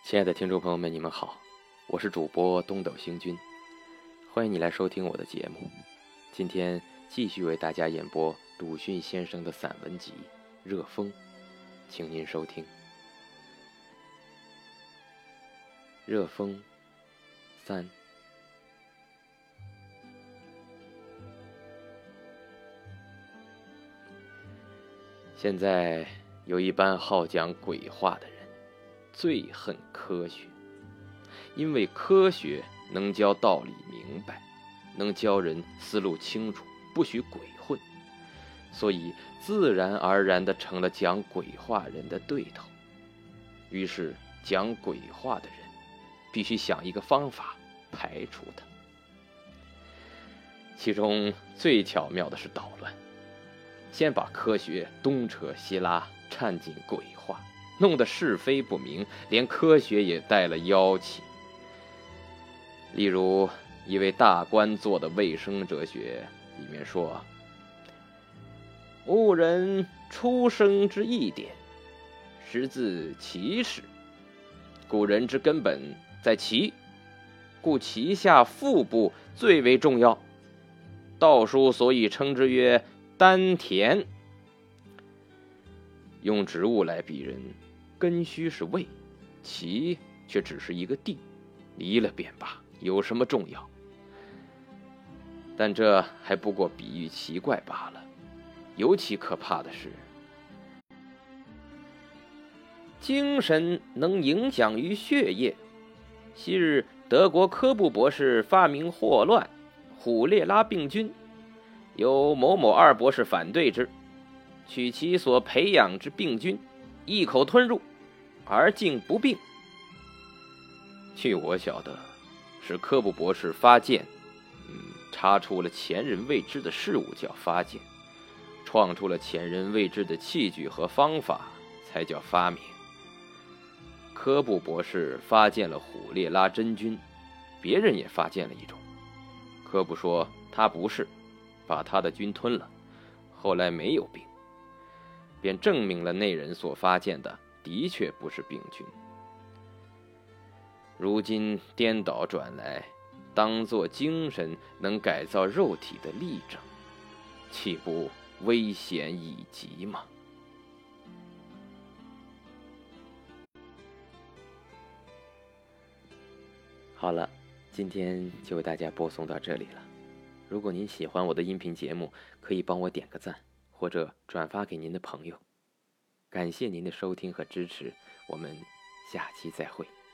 亲爱的听众朋友们，你们好，我是主播东斗星君，欢迎你来收听我的节目。今天继续为大家演播鲁迅先生的散文集《热风》，请您收听《热风3》。现在有一班好讲鬼话的人，最恨科学，因为科学能教道理明白，能教人思路清楚，不许鬼混，所以自然而然地成了讲鬼话人的对头。于是讲鬼话的人必须想一个方法排除它。其中最巧妙的是捣乱，先把科学东扯西拉，掺进鬼话，弄得是非不明，连科学也带了妖气。例如一位大官做的卫生哲学里面说，吾人出生之一点，实自其始，古人之根本在其，故其下腹部最为重要。道书所以称之曰丹田。用植物来比人，根须是位，其却只是一个地，离了便罢，有什么重要？但这还不过比喻奇怪罢了。尤其可怕的是，精神能影响于血液。昔日德国科布博士发明霍乱、虎列拉病菌，有某某二博士反对之，取其所培养之病菌，一口吞入，而竟不病。据我晓得，是科布博士发现，查出了前人未知的事物叫发现，创出了前人未知的器具和方法才叫发明。科布博士发现了虎列拉真菌，别人也发现了一种。科布说他不是，把他的菌吞了，后来没有病，便证明了那人所发现的的确不是病菌。如今颠倒转来，当作精神能改造肉体的例证，岂不危险已极吗？好了，今天就为大家播送到这里了。如果您喜欢我的音频节目，可以帮我点个赞，或者转发给您的朋友。感谢您的收听和支持，我们下期再会。